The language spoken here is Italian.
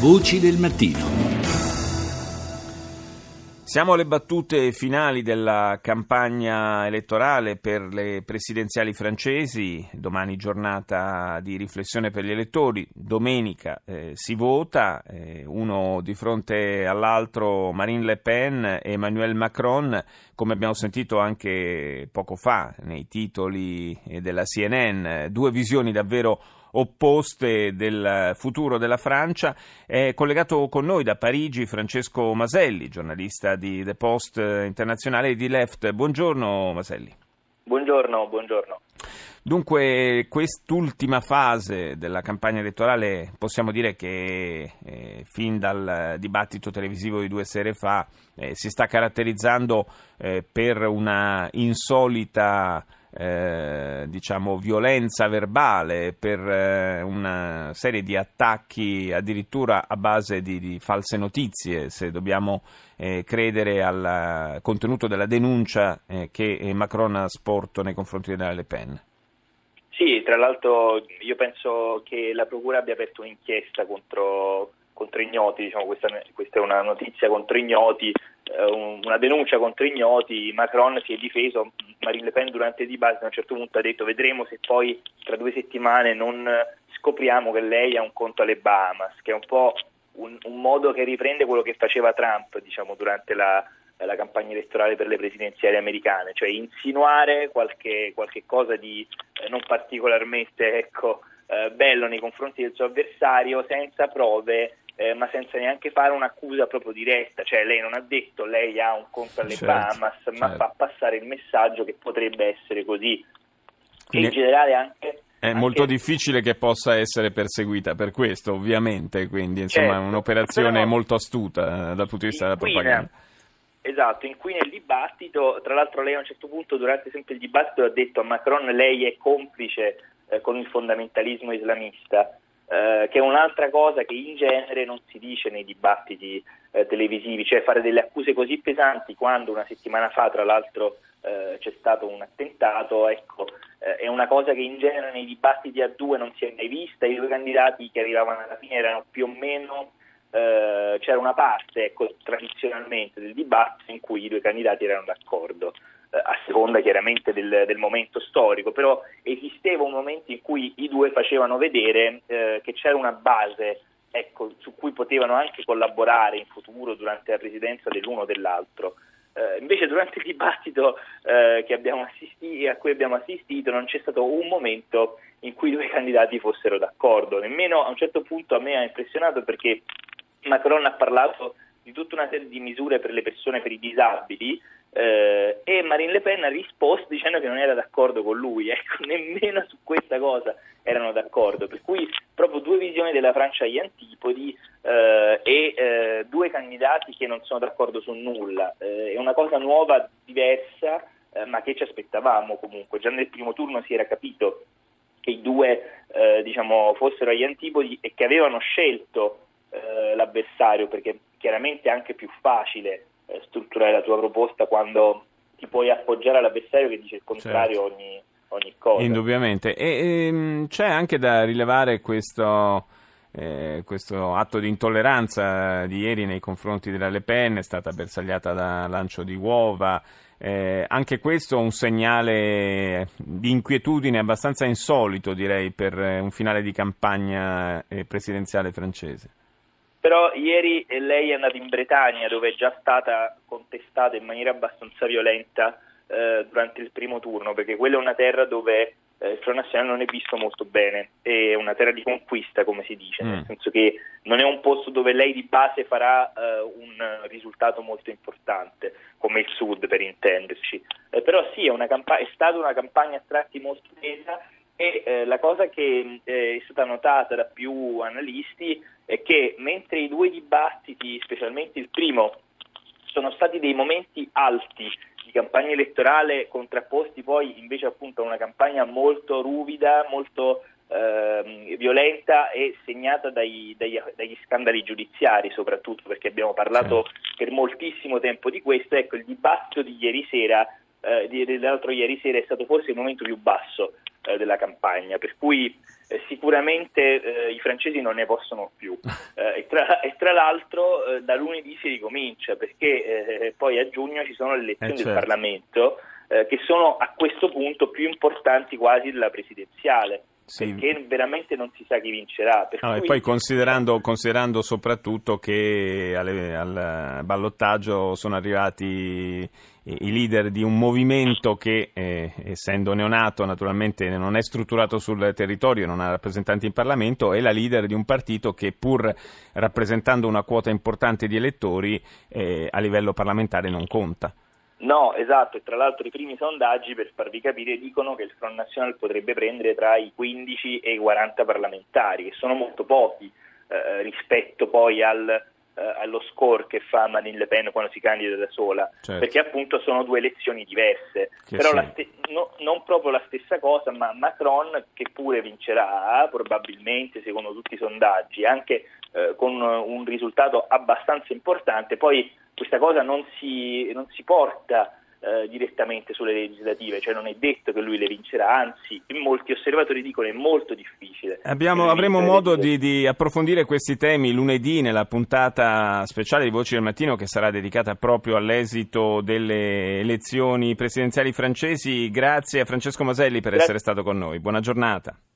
Voci del mattino. Siamo alle battute finali della campagna elettorale per le presidenziali francesi. Domani giornata di riflessione per gli elettori. Domenica si vota, uno di fronte all'altro, Marine Le Pen e Emmanuel Macron, come abbiamo sentito anche poco fa nei titoli della CNN. Due visioni davvero opposte del futuro della Francia. È collegato con noi da Parigi Francesco Maselli, giornalista di The Post internazionale e di Left. Buongiorno Maselli. Buongiorno. Dunque, quest'ultima fase della campagna elettorale possiamo dire che fin dal dibattito televisivo di 2 sere fa si sta caratterizzando per una insolita violenza verbale, per una serie di attacchi addirittura a base di false notizie, se dobbiamo credere al contenuto della denuncia che Macron ha sporto nei confronti della Le Pen. Sì, tra l'altro io penso che la Procura abbia aperto un'inchiesta contro ignoti, questa è una notizia contro ignoti, una denuncia contro ignoti. Macron si è difeso, Marine Le Pen durante il dibattito a un certo punto ha detto: vedremo se poi tra 2 settimane non scopriamo che lei ha un conto alle Bahamas, che è un po' un modo che riprende quello che faceva Trump, durante la campagna elettorale per le presidenziali americane, cioè insinuare qualche cosa di non particolarmente bello nei confronti del suo avversario, senza prove, ma senza neanche fare un'accusa proprio diretta. Cioè lei non ha detto lei ha un conto alle Bahamas, ma fa passare il messaggio che potrebbe essere così. Quindi in generale anche molto difficile che possa essere perseguita per questo, ovviamente, quindi insomma è un'operazione molto astuta dal punto di vista della propaganda. Esatto, in cui nel dibattito, tra l'altro lei a un certo punto durante sempre il dibattito ha detto a Macron: lei è complice con il fondamentalismo islamista, che è un'altra cosa che in genere non si dice nei dibattiti televisivi, cioè fare delle accuse così pesanti quando una settimana fa tra l'altro c'è stato un attentato, è una cosa che in genere nei dibattiti a 2 non si è mai vista. I 2 candidati che arrivavano alla fine erano più o meno... c'era una parte tradizionalmente del dibattito in cui i 2 candidati erano d'accordo, a seconda chiaramente del momento storico, però esisteva un momento in cui i 2 facevano vedere che c'era una base su cui potevano anche collaborare in futuro durante la presidenza dell'uno o dell'altro. Invece durante il dibattito a cui abbiamo assistito non c'è stato un momento in cui i 2 candidati fossero d'accordo. Nemmeno a un certo punto a me ha impressionato, perché Macron ha parlato di tutta una serie di misure per le persone, per i disabili, e Marine Le Pen ha risposto dicendo che non era d'accordo con lui. Nemmeno su questa cosa erano d'accordo, per cui proprio 2 visioni della Francia agli antipodi, e 2 candidati che non sono d'accordo su nulla. È una cosa nuova, diversa, ma che ci aspettavamo comunque. Già nel primo turno si era capito che i 2 fossero agli antipodi e che avevano scelto l'avversario, perché chiaramente è anche più facile strutturare la tua proposta quando ti puoi appoggiare all'avversario che dice il contrario. Certo. ogni cosa. Indubbiamente. E c'è anche da rilevare questo atto di intolleranza di ieri nei confronti della Le Pen, è stata bersagliata da lancio di uova. Anche questo un segnale di inquietudine abbastanza insolito, direi, per un finale di campagna presidenziale francese. Però ieri lei è andata in Bretagna, dove è già stata contestata in maniera abbastanza violenta durante il primo turno, perché quella è una terra dove il Front National non è visto molto bene, è una terra di conquista, come si dice, nel senso che non è un posto dove lei di base farà un risultato molto importante, come il Sud per intenderci. Però sì, è stata una campagna a tratti molto tesa, e la cosa che è stata notata da più analisti è che mentre i 2 dibattiti, specialmente il primo, sono stati dei momenti alti di campagna elettorale, contrapposti poi invece appunto a una campagna molto ruvida, molto violenta e segnata dagli scandali giudiziari, soprattutto perché abbiamo parlato per moltissimo tempo di questo. Il dibattito di ieri sera, dell'altro ieri sera, è stato forse il momento più basso della campagna, per cui sicuramente i francesi non ne possono più e tra l'altro da lunedì si ricomincia, perché poi a giugno ci sono le elezioni del Parlamento che sono a questo punto più importanti quasi della presidenziale. Sì. Perché veramente non si sa chi vincerà. E poi considerando soprattutto che al ballottaggio sono arrivati i leader di un movimento che, essendo neonato, naturalmente non è strutturato sul territorio, non ha rappresentanti in Parlamento, e la leader di un partito che, pur rappresentando una quota importante di elettori, a livello parlamentare non conta. No, esatto, e tra l'altro i primi sondaggi, per farvi capire, dicono che il Front National potrebbe prendere tra i 15 e i 40 parlamentari, che sono molto pochi rispetto poi allo score che fa Marine Le Pen quando si candida da sola, certo. Perché appunto sono due elezioni diverse, però non proprio la stessa cosa, ma Macron, che pure vincerà probabilmente secondo tutti i sondaggi, anche con un risultato abbastanza importante. Poi questa cosa non si porta direttamente sulle legislative, cioè non è detto che lui le vincerà, anzi molti osservatori dicono è molto difficile. Avremo modo di approfondire questi temi lunedì nella puntata speciale di Voci del Mattino, che sarà dedicata proprio all'esito delle elezioni presidenziali francesi. Grazie a Francesco Maselli per essere stato con noi, buona giornata.